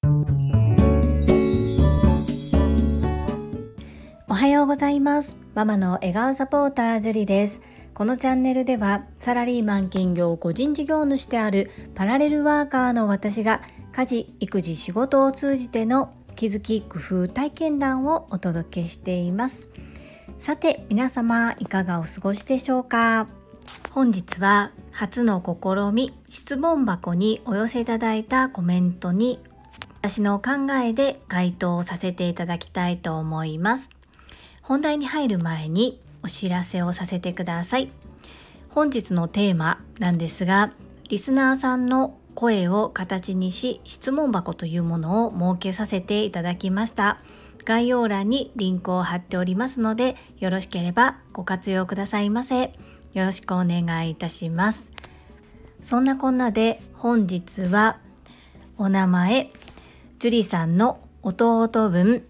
おはようございます。ママの笑顔サポータージュリです。このチャンネルではサラリーマン兼業個人事業主であるパラレルワーカーの私が家事・育児・仕事を通じての気づき・工夫・体験談をお届けしています。さて皆様いかがお過ごしでしょうか。本日は初の試み質問箱にお寄せいただいたコメントに私の考えで回答をさせていただきたいと思います。本題に入る前にお知らせをさせてください。本日のテーマなんですが、リスナーさんの声を形にし質問箱というものを設けさせていただきました。概要欄にリンクを貼っておりますので、よろしければご活用くださいませ。よろしくお願いいたします。そんなこんなで本日はお名前ジュリさんの弟分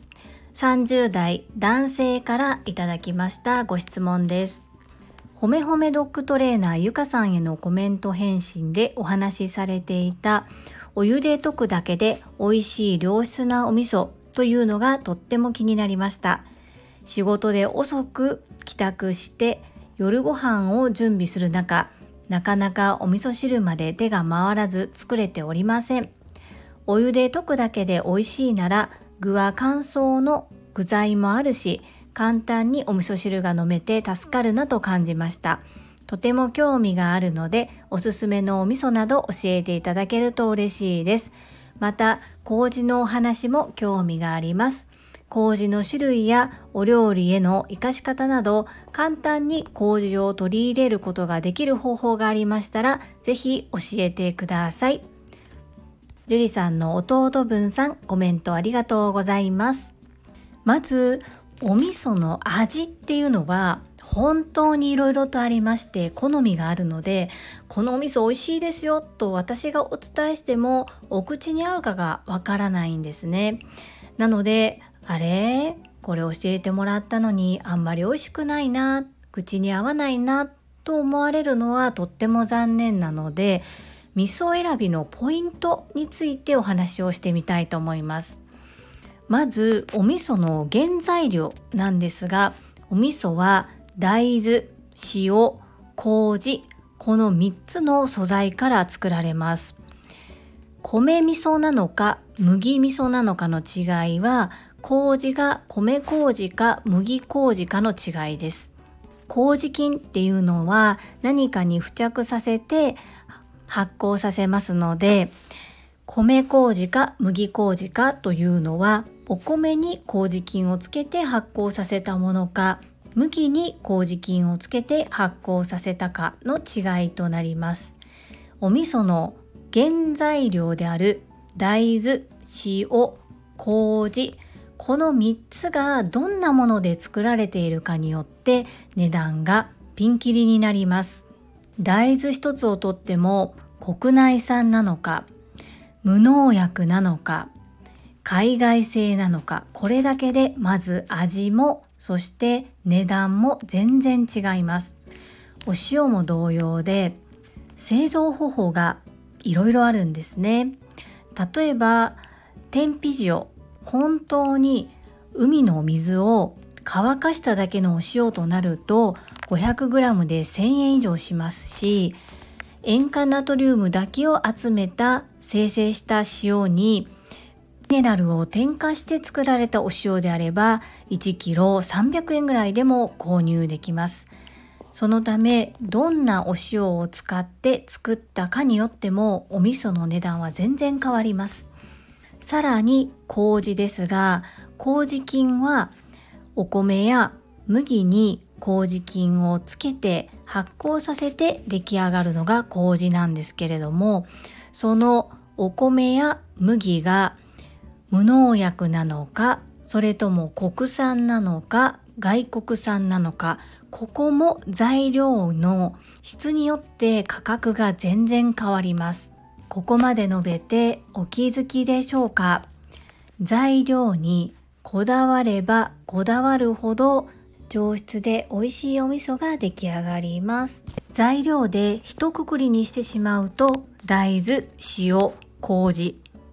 30代男性からいただきましたご質問です。ほめほめドッグトレーナーゆかさんへのコメント返信でお話しされていたお湯で溶くだけで美味しい良質なお味噌というのがとっても気になりました。仕事で遅く帰宅して夜ご飯を準備する中、なかなかお味噌汁まで手が回らず作れておりません。お湯で溶くだけで美味しいなら具は乾燥の具材もあるし、簡単にお味噌汁が飲めて助かるなと感じました。とても興味があるので、おすすめのお味噌など教えていただけると嬉しいです。また、麹のお話も興味があります。麹の種類やお料理への活かし方など、簡単に麹を取り入れることができる方法がありましたら、ぜひ教えてください。ジュリさんの弟分さん、コメントありがとうございます。まずお味噌の味っていうのは本当にいろいろとありまして、好みがあるので、このお味噌美味しいですよと私がお伝えしてもお口に合うかがわからないんですね。なので、これ教えてもらったのにあんまり美味しくないな、口に合わないなと思われるのはとっても残念なので、味噌選びのポイントについてお話をしてみたいと思います。まずお味噌の原材料なんですが、お味噌は大豆、塩、麹、この3つの素材から作られます。米味噌なのか麦味噌なのかの違いは、麹が米麹か麦麹かの違いです。麹菌っていうのは何かに付着させて発酵させますので、米麹か麦麹かというのはお米に麹菌をつけて発酵させたものか、麦に麹菌をつけて発酵させたかの違いとなります。お味噌の原材料である大豆、塩、麹、この3つがどんなもので作られているかによって値段がピンキリになります。大豆一つをとっても国内産なのか、無農薬なのか、海外製なのか、これだけでまず味もそして値段も全然違います。お塩も同様で製造方法がいろいろあるんですね。例えば天日塩、本当に海の水を乾かしただけのお塩となると 500g で1000円以上しますし、塩化ナトリウムだけを集めた精製した塩にミネラルを添加して作られたお塩であれば1キロ300円ぐらいでも購入できます。そのためどんなお塩を使って作ったかによってもお味噌の値段は全然変わります。さらに麹ですが、麹菌はお米や麦に麹菌をつけて発酵させて出来上がるのが麹なんですけれども、そのお米や麦が無農薬なのか、それとも国産なのか外国産なのか、ここも材料の質によって価格が全然変わります。ここまで述べてお気づきでしょうか。材料にこだわればこだわるほど上質で美味しいお味噌が出来上がります。材料で一括りにしてしまうと大豆、塩、麹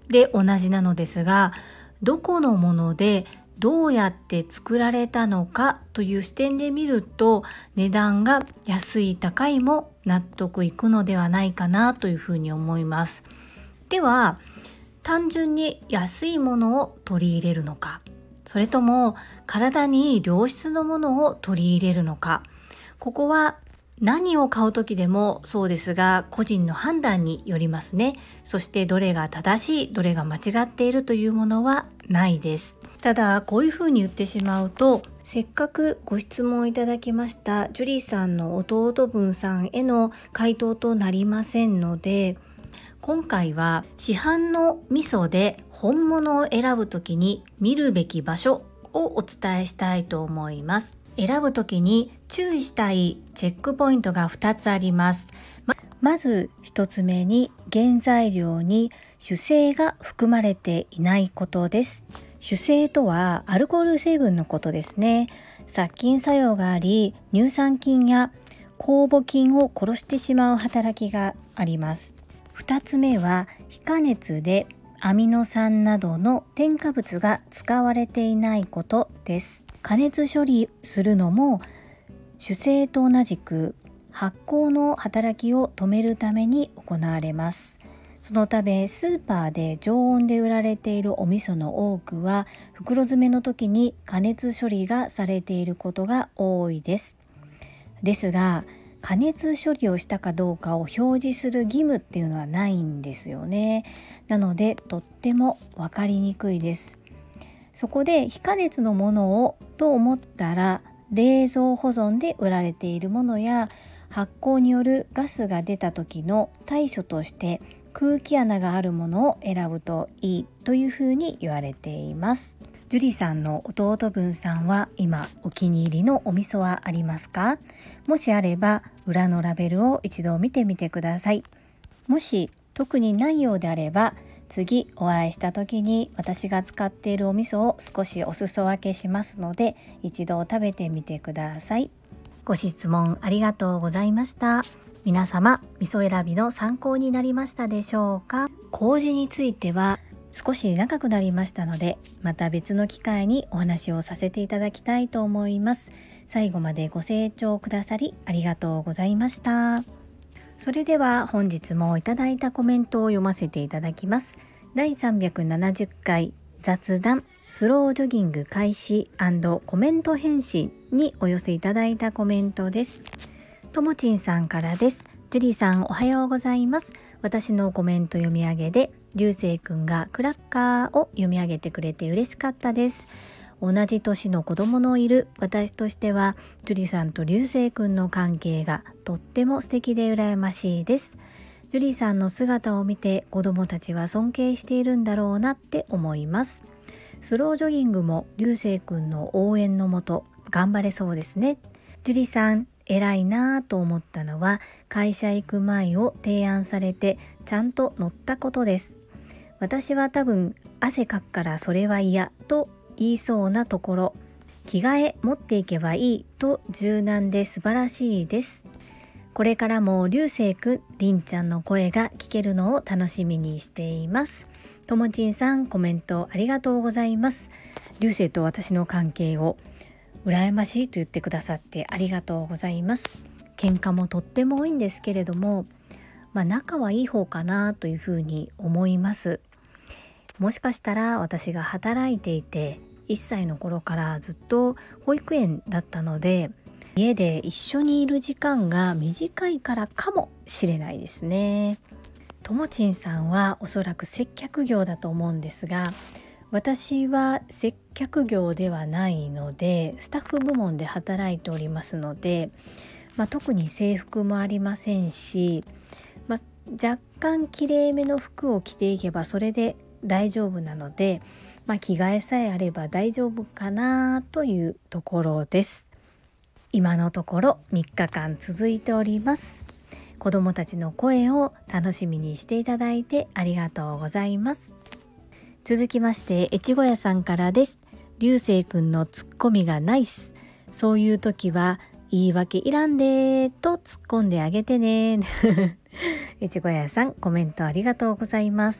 で同じなのですが、どこのものでどうやって作られたのかという視点で見ると、値段が安い高いも納得いくのではないかなというふうに思います。では単純に安いものを取り入れるのか、それとも体に良質のものを取り入れるのか、ここは何を買う時でもそうですが、個人の判断によりますね。そしてどれが正しい、どれが間違っているというものはないです。ただこういうふうに言ってしまうと、せっかくご質問いただきましたジュリーさんの弟分さんへの回答となりませんので、今回は市販の味噌で本物を選ぶときに見るべき場所をお伝えしたいと思います。選ぶときに注意したいチェックポイントが2つあります。まず1つ目に、原材料に酒精が含まれていないことです。酒精とはアルコール成分のことですね。殺菌作用があり、乳酸菌や酵母菌を殺してしまう働きがあります。2つ目は、非加熱でアミノ酸などの添加物が使われていないことです。加熱処理するのも酒精と同じく発酵の働きを止めるために行われます。そのためスーパーで常温で売られているお味噌の多くは袋詰めの時に加熱処理がされていることが多いです。ですが加熱処理をしたかどうかを表示する義務っていうのはないんですよね。なのでとっても分かりにくいです。そこで非加熱のものをと思ったら、冷蔵保存で売られているものや発酵によるガスが出た時の対処として空気穴があるものを選ぶといいというふうに言われています。ジュリさんの弟分さんは今お気に入りのお味噌はありますか？もしあれば裏のラベルを一度見てみてください。もし特にないようであれば、次お会いした時に私が使っているお味噌を少しお裾分けしますので、一度食べてみてください。ご質問ありがとうございました。皆様、味噌選びの参考になりましたでしょうか？麹については少し長くなりましたので、また別の機会にお話をさせていただきたいと思います。最後までご清聴くださりありがとうございました。それでは本日もいただいたコメントを読ませていただきます。第370回雑談スロージョギング開始&コメント返信にお寄せいただいたコメントです。ともちんさんからです。ジュリーさんおはようございます。私のコメント読み上げで流星くんがクラッカーを読み上げてくれて嬉しかったです。同じ年の子供のいる私としては、ジュリさんと流星くんの関係がとっても素敵で羨ましいです。ジュリさんの姿を見て子供たちは尊敬しているんだろうなって思います。スロージョギングも流星くんの応援のもと頑張れそうですね。ジュリさん偉いなぁと思ったのは、会社行く前を提案されてちゃんと乗ったことです。私は多分汗かくからそれは嫌と言いそうなところ、着替え持っていけばいいと柔軟で素晴らしいです。これからも流星くん、りんちゃんの声が聞けるのを楽しみにしています。ともちんさんコメントありがとうございます。流星と私の関係を羨ましいと言ってくださってありがとうございます。喧嘩もとっても多いんですけれども、仲はいい方かなというふうに思います。もしかしたら私が働いていて1歳の頃からずっと保育園だったので、家で一緒にいる時間が短いからかもしれないですね。ともちんさんはおそらく接客業だと思うんですが、私は接客業ではないのでスタッフ部門で働いておりますので、特に制服もありませんし、若干きれいめの服を着ていけばそれで大丈夫なので、着替えさえあれば大丈夫かなというところです。今のところ3日間続いております。子どもたちの声を楽しみにしていただいてありがとうございます。続きまして越後屋さんからです。流星くんのツッコミがナイス。そういう時は言い訳いらんでと突っ込んであげてね。越後屋さんコメントありがとうございます。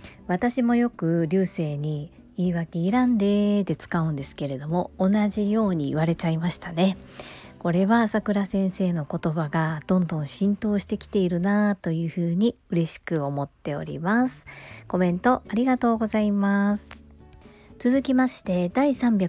私もよく流星に言い訳いらんでで使うんですけれども、同じように言われちゃいましたね。これは朝倉先生の言葉がどんどん浸透してきているなというふうに嬉しく思っております。コメントありがとうございます。続きまして第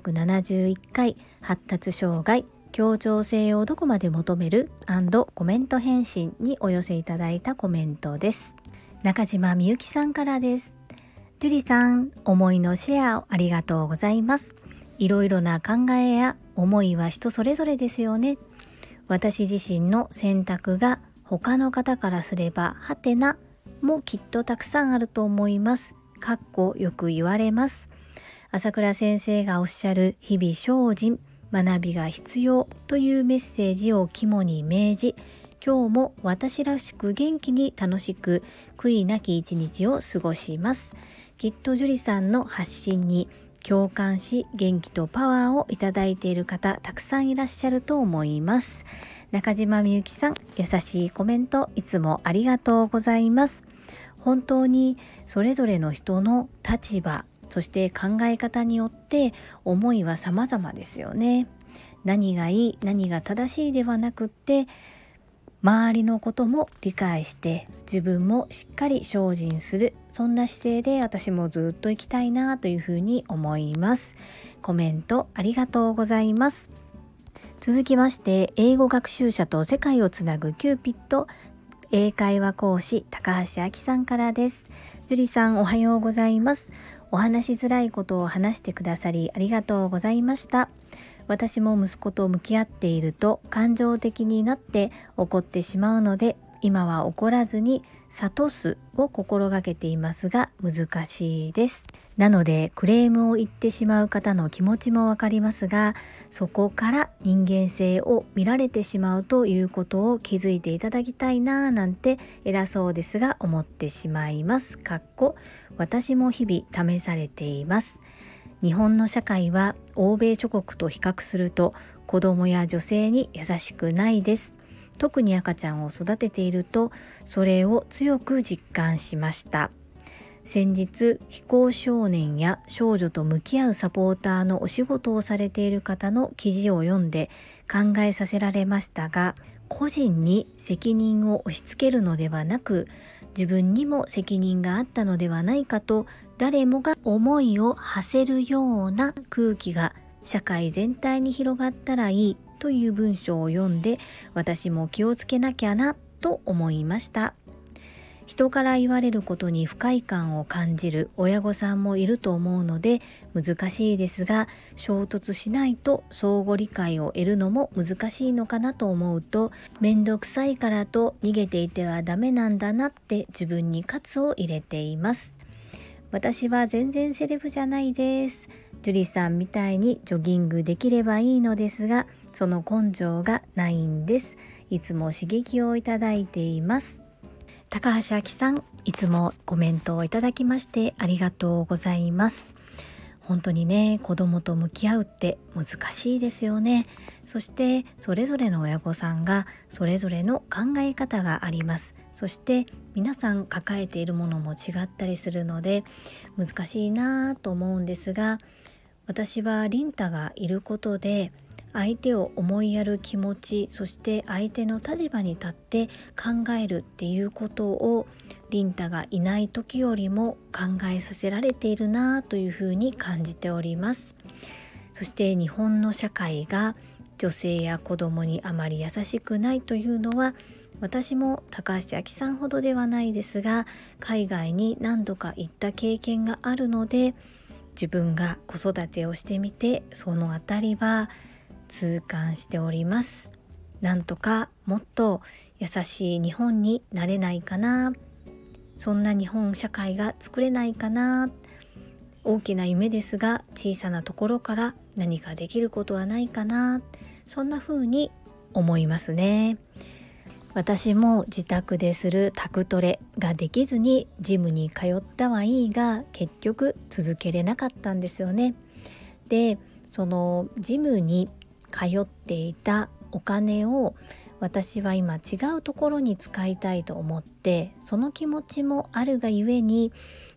371回発達障害協調性をどこまで求める&コメント返信にお寄せいただいたコメントです。中島みゆきさんからです。ジュリさん、思いのシェアをありがとうございます。いろいろな考えや思いは人それぞれですよね。私自身の選択が他の方からすればはてなもきっとたくさんあると思います。よく言われます。朝倉先生がおっしゃる日々精進、学びが必要というメッセージを肝に銘じ、今日も私らしく元気に楽しく悔いなき一日を過ごします。きっとジュリさんの発信に共感し元気とパワーをいただいている方たくさんいらっしゃると思います。中島みゆきさん、優しいコメントいつもありがとうございます。本当にそれぞれの人の立場、そして考え方によって思いは様々ですよね。何がいい、何が正しいではなくって、周りのことも理解して自分もしっかり精進する、そんな姿勢で私もずっと生きたいなというふうに思います。コメントありがとうございます。続きまして英語学習者と世界をつなぐキューピット英会話講師高橋明さんからです。ジュリさんおはようございます。お話しづらいことを話してくださりありがとうございました。私も息子と向き合っていると感情的になって怒ってしまうので、今は怒らずに諭すを心がけていますが難しいです。なのでクレームを言ってしまう方の気持ちもわかりますが、そこから人間性を見られてしまうということを気づいていただきたいななんて偉そうですが思ってしまいます。私も日々試されています。日本の社会は欧米諸国と比較すると子供や女性に優しくないです。特に赤ちゃんを育てているとそれを強く実感しました。先日非行少年や少女と向き合うサポーターのお仕事をされている方の記事を読んで考えさせられましたが、個人に責任を押し付けるのではなく、自分にも責任があったのではないかと誰もが思いを馳せるような空気が社会全体に広がったらいいという文章を読んで、私も気をつけなきゃなと思いました。人から言われることに不快感を感じる親御さんもいると思うので難しいですが、衝突しないと相互理解を得るのも難しいのかなと思うと、めんどくさいからと逃げていてはダメなんだなって自分に喝を入れています。私は全然セレブじゃないです。ジュリさんみたいにジョギングできればいいのですが、その根性がないんです。いつも刺激をいただいています。高橋明さん、いつもコメントをいただきましてありがとうございます。本当にね、子供と向き合うって難しいですよね。そしてそれぞれの親御さんがそれぞれの考え方があります。そして皆さん抱えているものも違ったりするので難しいなと思うんですが、私はリンタがいることで相手を思いやる気持ち、そして相手の立場に立って考えるっていうことをリンタがいない時よりも考えさせられているなというふうに感じております。そして日本の社会が女性や子供にあまり優しくないというのは、私も高橋明さんほどではないですが海外に何度か行った経験があるので、自分が子育てをしてみてそのあたりは痛感しております。なんとかもっと優しい日本になれないかな、そんな日本社会が作れないかな。大きな夢ですが小さなところから何かできることはないかな、そんな風に思いますね。私も自宅でする宅トレができずにジムに通ったはいいが結局続けれなかったんですよね。で、そのジムに通っていたお金を私は今違うところに使いたいと思って、その気持ちもあるがゆえに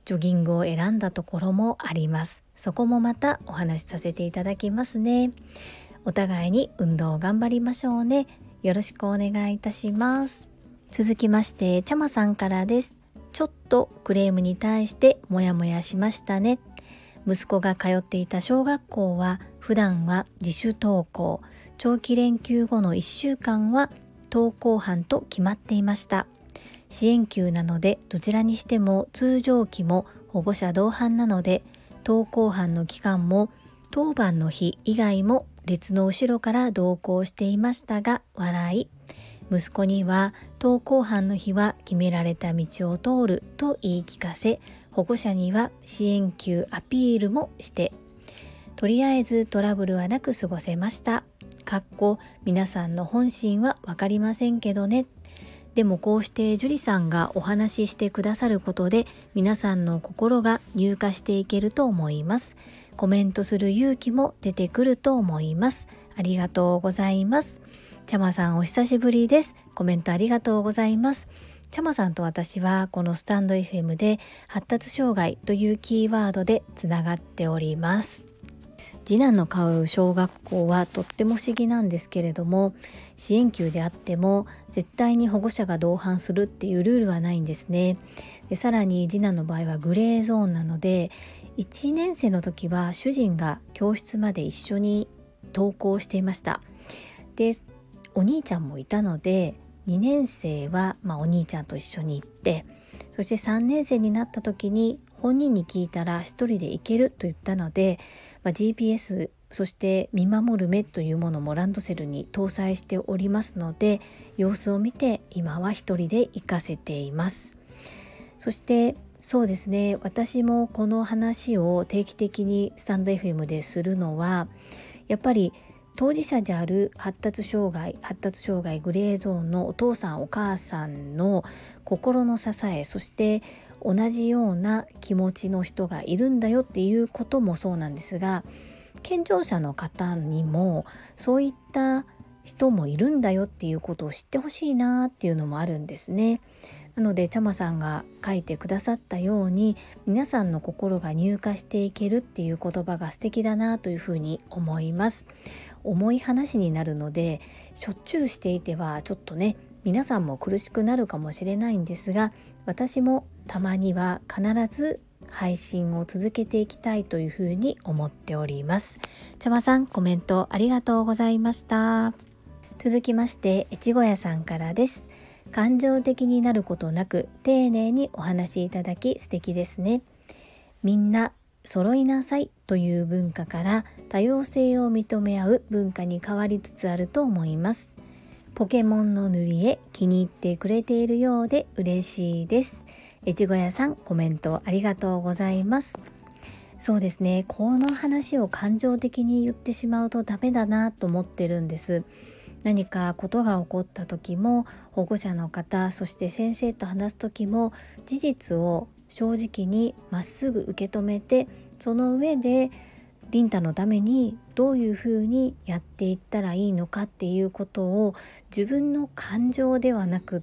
ジョギングを選んだところもあります。そこもまたお話しさせていただきますね。お互いに運動を頑張りましょうね。よろしくお願いいたします。続きましてちゃまさんからです。ちょっとクレームに対してモヤモヤしましたね。息子が通っていた小学校は普段は自主登校、長期連休後の1週間は登校班と決まっていました。支援級なのでどちらにしても通常期も保護者同伴なので、登校班の期間も当番の日以外も列の後ろから同行していましたが笑い、息子には登校班の日は決められた道を通ると言い聞かせ、保護者には支援級アピールもして、とりあえずトラブルはなく過ごせました。皆さんの本心はわかりませんけどね。でもこうして樹里さんがお話ししてくださることで皆さんの心が入化していけると思います。コメントする勇気も出てくると思います。ありがとうございます。ちゃまさんお久しぶりです。コメントありがとうございます。ちゃまさんと私はこのスタンド FM で発達障害というキーワードでつながっております。次男の通う小学校はとっても不思議なんですけれども、支援級であっても絶対に保護者が同伴するっていうルールはないんですね。でさらに次男の場合はグレーゾーンなので、1年生の時は主人が教室まで一緒に登校していました。でお兄ちゃんもいたので2年生はお兄ちゃんと一緒に行って、そして3年生になった時に本人に聞いたら一人で行けると言ったので、GPS そして見守る目というものもランドセルに搭載しておりますので、様子を見て今は一人で行かせています。そしてそうですね、私もこの話を定期的にスタンド FM でするのは、やっぱり当事者である発達障害グレーゾーンのお父さんお母さんの心の支え、そして同じような気持ちの人がいるんだよっていうこともそうなんですが、健常者の方にもそういった人もいるんだよっていうことを知ってほしいなっていうのもあるんですね。なのでちゃまさんが書いてくださったように、皆さんの心が入化していけるっていう言葉が素敵だなというふうに思います。重い話になるのでしょっちゅうしていてはちょっとね、皆さんも苦しくなるかもしれないんですが、私もたまには必ず配信を続けていきたいというふうに思っております。ちゃまさんコメントありがとうございました。続きまして越後屋さんからです。感情的になることなく丁寧にお話しいただき素敵ですね。みんな揃いなさいという文化から多様性を認め合う文化に変わりつつあると思います。ポケモンの塗り絵気に入ってくれているようで嬉しいです。越後屋さんコメントありがとうございます。そうですね、この話を感情的に言ってしまうとダメだなと思ってるんです。何かことが起こった時も保護者の方、そして先生と話す時も事実を正直にまっすぐ受け止めて、その上でリンタのためにどういうふうにやっていったらいいのかっていうことを自分の感情ではなくって、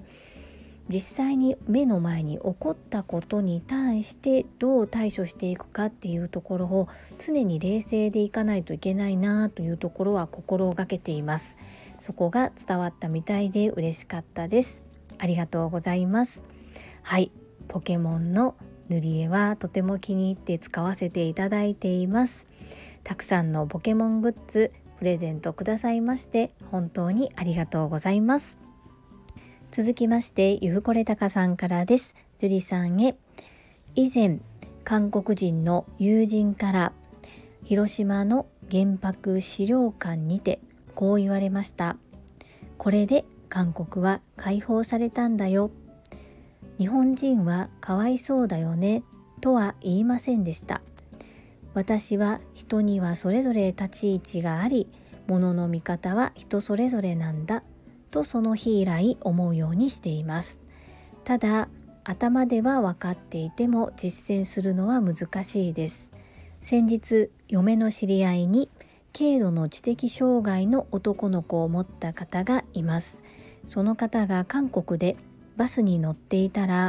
実際に目の前に起こったことに対してどう対処していくかっていうところを常に冷静でいかないといけないなというところは心がけています。そこが伝わったみたいで嬉しかったです。ありがとうございます。はい、ポケモンの塗り絵はとても気に入って使わせていただいています。たくさんのポケモングッズプレゼントくださいまして本当にありがとうございます。続きましてゆふこれたかさんからです。ジュリさんへ。以前韓国人の友人から広島の原爆資料館にてこう言われました。これで韓国は解放されたんだよ。日本人はかわいそうだよねとは言いませんでした。私は人にはそれぞれ立ち位置があり、物の見方は人それぞれなんだとその日以来思うようにしています。ただ頭では分かっていても実践するのは難しいです。先日嫁の知り合いに軽度の知的障害の男の子を持った方がいます。その方が韓国でバスに乗っていたら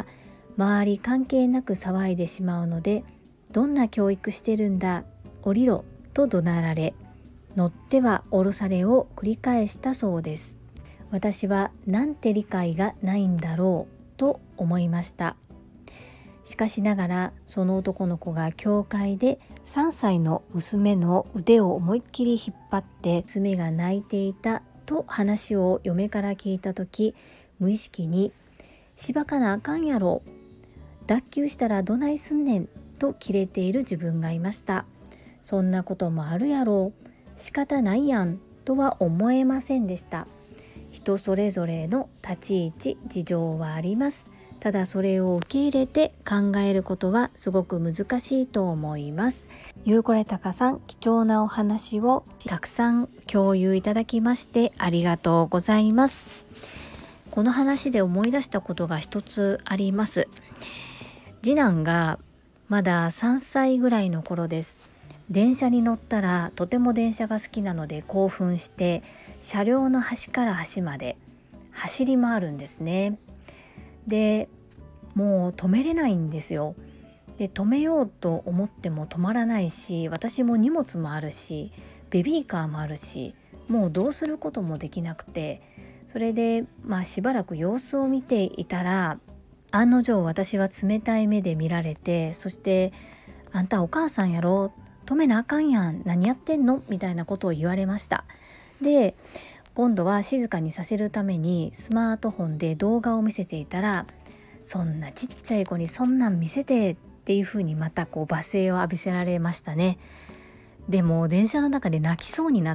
周り関係なく騒いでしまうので、どんな教育してるんだ、降りろと怒鳴られ、乗っては降ろされを繰り返したそうです。私はなんて理解がないんだろうと思いました。しかしながらその男の子が教会で3歳の娘の腕を思いっきり引っ張って娘が泣いていたと話を嫁から聞いたとき、無意識にしばかなあかんやろ、脱臼したらどないすんねんとキレている自分がいました。そんなこともあるやろう、仕方ないやんとは思えませんでした。人それぞれの立ち位置、事情はあります。ただそれを受け入れて考えることはすごく難しいと思います。ゆうこれたかさん、貴重なお話をたくさん共有いただきましてありがとうございます。この話で思い出したことが一つあります。次男がまだ3歳ぐらいの頃です。電車に乗ったらとても電車が好きなので興奮して車両の端から端まで走り回るんですね。でもう止めれないんですよ。で止めようと思っても止まらないし、私も荷物もあるしベビーカーもあるし、もうどうすることもできなくて、それでしばらく様子を見ていたら、案の定私は冷たい目で見られて、そしてあんたお母さんやろ、止めなあかんやん、何やってんのみたいなことを言われました。で今度は静かにさせるためにスマートフォンで動画を見せていたら、そんなちっちゃい子にそんなん見せてっていうふうにまた罵声を浴びせられましたね。でも電車の中で泣きそうになって、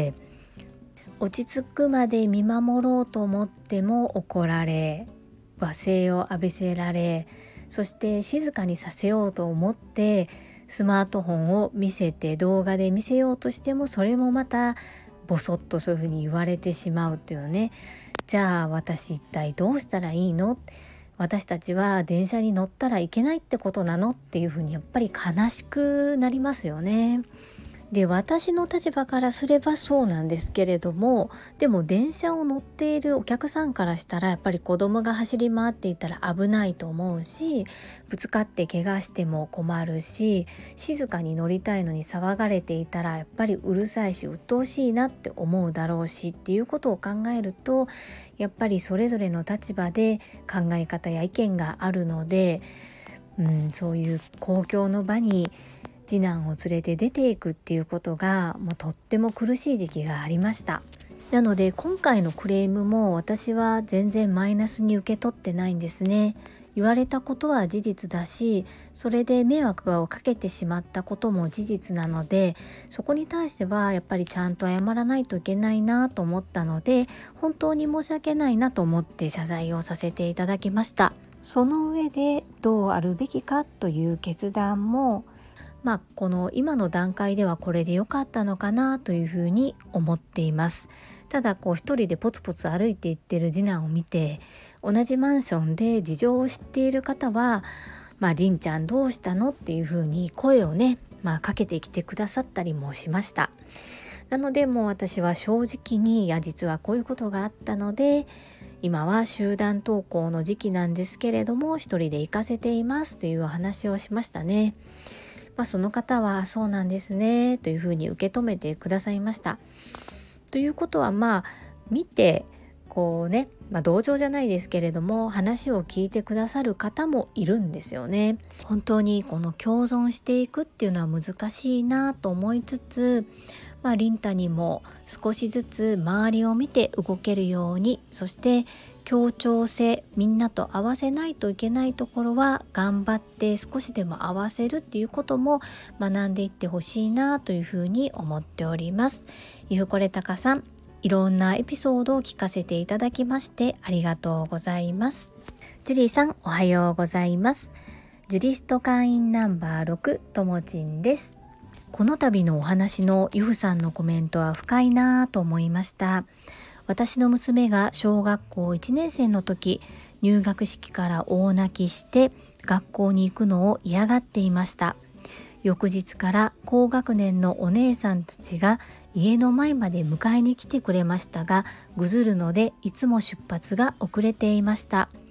落ち着くまで見守ろうと思っても怒られ、罵声を浴びせられ、そして静かにさせようと思ってスマートフォンを見せて動画で見せようとしても、それもまたボソッとそういうふうに言われてしまうっていうのね。じゃあ私一体どうしたらいいの、私たちは電車に乗ったらいけないってことなのっていうふうにやっぱり悲しくなりますよね。で私の立場からすればそうなんですけれども、でも電車を乗っているお客さんからしたらやっぱり子供が走り回っていたら危ないと思うし、ぶつかって怪我しても困るし、静かに乗りたいのに騒がれていたらやっぱりうるさいし鬱陶しいなって思うだろうしっていうことを考えると、やっぱりそれぞれの立場で考え方や意見があるので、そういう公共の場に次男を連れて出ていくっていうことがもうとっても苦しい時期がありました。なので今回のクレームも私は全然マイナスに受け取ってないんですね。言われたことは事実だし、それで迷惑をかけてしまったことも事実なので、そこに対してはやっぱりちゃんと謝らないといけないなと思ったので、本当に申し訳ないなと思って謝罪をさせていただきました。その上でどうあるべきかという決断もこの今の段階ではこれで良かったのかなというふうに思っています。ただ一人でポツポツ歩いていってる次男を見て、同じマンションで事情を知っている方はりんちゃんどうしたのっていうふうに声をね、かけてきてくださったりもしました。なのでもう私は正直に、いや実はこういうことがあったので、今は集団登校の時期なんですけれども一人で行かせていますというお話をしましたね。その方はそうなんですねというふうに受け止めてくださいました。ということは見て同情じゃないですけれども話を聞いてくださる方もいるんですよね。本当にこの共存していくっていうのは難しいなと思いつつ、リンタにも少しずつ周りを見て動けるように、そして協調性、みんなと合わせないといけないところは頑張って少しでも合わせるっていうことも学んでいってほしいなというふうに思っております。ゆうこれたかさん、いろんなエピソードを聞かせていただきましてありがとうございます。ジュリーさん、おはようございます。ジュリスト会員ナンバー6、ともちんです。この度のお話のゆふさんのコメントは深いなと思いました。私の娘が小学校1年生の時、入学式から大泣きして学校に行くのを嫌がっていました。翌日から高学年のお姉さんたちが家の前まで迎えに来てくれましたが、ぐずるのでいつも出発が遅れていました。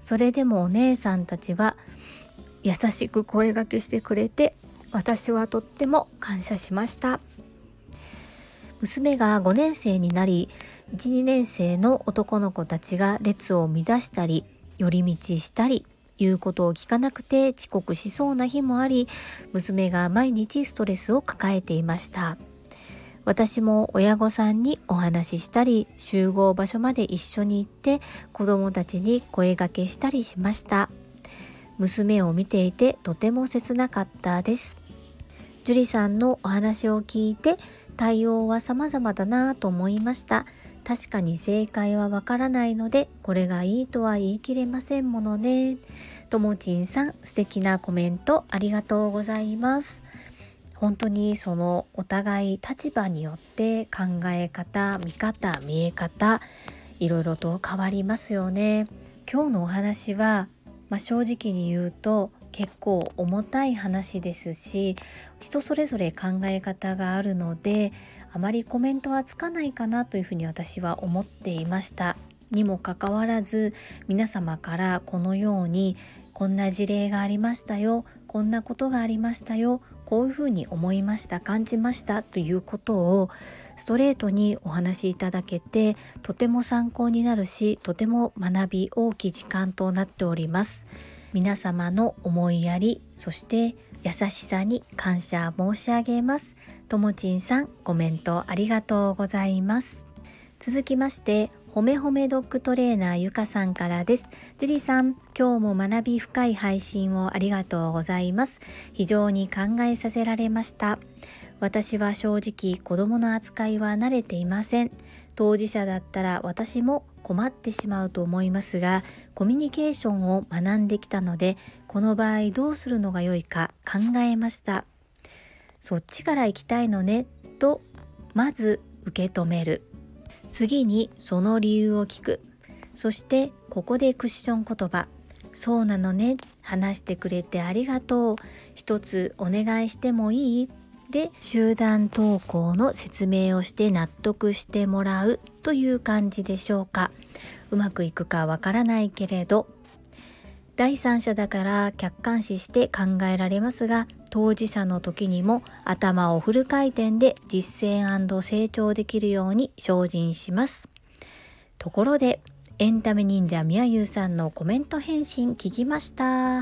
それでもお姉さんたちは優しく声掛けしてくれて、私はとっても感謝しました。娘が5年生になり、1、2年生の男の子たちが列を乱したり寄り道したり、言うことを聞かなくて遅刻しそうな日もあり、娘が毎日ストレスを抱えていました。私も親御さんにお話ししたり、集合場所まで一緒に行って子どもたちに声掛けしたりしました。娘を見ていてとても切なかったです。樹里さんのお話を聞いて、対応は様々だなと思いました。確かに正解はわからないので、これがいいとは言い切れませんものね。ともちんさん、素敵なコメントありがとうございます。本当にそのお互い立場によって考え方、見方、見え方、いろいろと変わりますよね。今日のお話は、正直に言うと結構重たい話ですし、人それぞれ考え方があるので、あまりコメントはつかないかなというふうに私は思っていました。にもかかわらず、皆様からこのように、こんな事例がありましたよ、こんなことがありましたよ、こういうふうに思いました、感じましたということをストレートにお話しいただけて、とても参考になるし、とても学び大きい時間となっております。皆様の思いやり、そして優しさに感謝申し上げます。ともちんさん、コメントありがとうございます。続きまして、ほめほめドッグトレーナーゆかさんからです。ジュリさん、今日も学び深い配信をありがとうございます。非常に考えさせられました。私は正直子供の扱いは慣れていません。当事者だったら私も困ってしまうと思いますが、コミュニケーションを学んできたので、この場合どうするのが良いか考えました。そっちから行きたいのねとまず受け止める。次にその理由を聞く。そしてここでクッション言葉。そうなのね。話してくれてありがとう。一つお願いしてもいい？で、集団登校の説明をして納得してもらうという感じでしょうか。うまくいくかわからないけれど、第三者だから客観視して考えられますが、当事者の時にも頭をフル回転で実践&成長できるように精進します。ところで、エンタメ忍者みやゆうさんのコメント返信聞きました。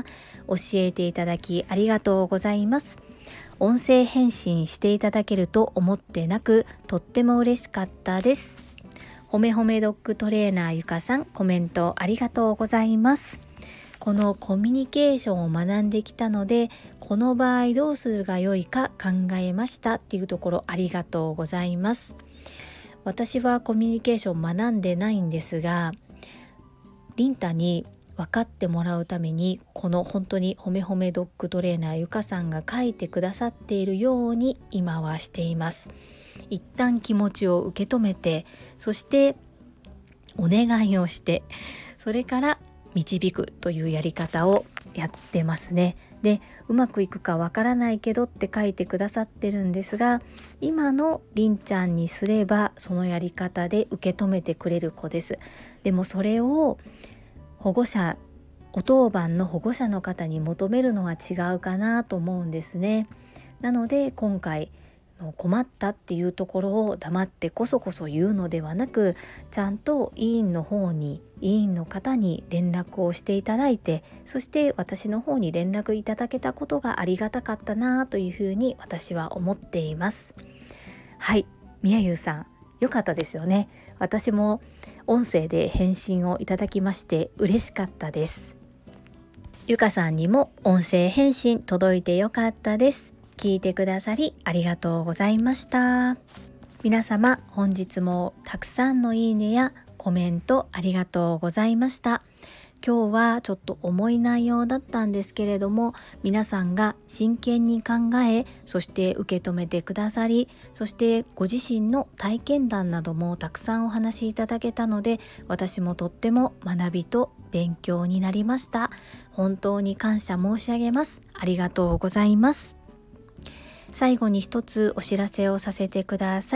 教えていただきありがとうございます。音声返信していただけると思ってなく、とっても嬉しかったです。ほめほめドッグトレーナーゆかさん、コメントありがとうございます。このコミュニケーションを学んできたので、この場合どうするが良いか考えましたっていうところ、ありがとうございます。私はコミュニケーション学んでないんですが、リンタに分かってもらうために、この本当にほめほめドッグトレーナーゆかさんが書いてくださっているように今はしています。一旦気持ちを受け止めて、そしてお願いをして、それから導くというやり方をやってますね。で、うまくいくかわからないけどって書いてくださってるんですが、今のりんちゃんにすればそのやり方で受け止めてくれる子です。でもそれを保護者、お当番の保護者の方に求めるのは違うかなと思うんですね。なので今回困ったっていうところを黙ってこそこそ言うのではなく、ちゃんと委員の方に、委員の方に連絡をしていただいて、そして私の方に連絡いただけたことがありがたかったなというふうに私は思っています。はい、みやゆうさん、よかったですよね。私も音声で返信をいただきまして嬉しかったです。ゆかさんにも音声返信届いてよかったです。聞いてくださりありがとうございました。皆様、本日もたくさんのいいねやコメントありがとうございました。今日はちょっと重い内容だったんですけれども、皆さんが真剣に考え、そして受け止めてくださり、そしてご自身の体験談などもたくさんお話しいただけたので、私もとっても学びと勉強になりました。本当に感謝申し上げます。ありがとうございます。最後に一つお知らせをさせてください。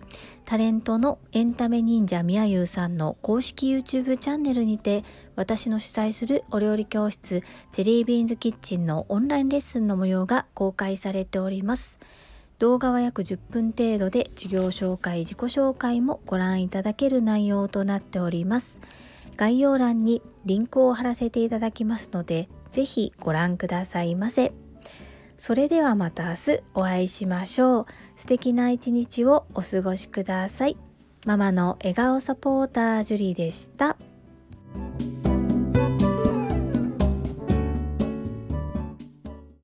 タレントのエンタメ忍者みやゆうさんの公式 YouTube チャンネルにて、私の主催するお料理教室ジェリービーンズキッチンのオンラインレッスンの模様が公開されております。動画は約10分程度で、授業紹介、自己紹介もご覧いただける内容となっております。概要欄にリンクを貼らせていただきますので、ぜひご覧くださいませ。それではまた明日お会いしましょう。素敵な一日をお過ごしください。ママの笑顔サポータージュリでした。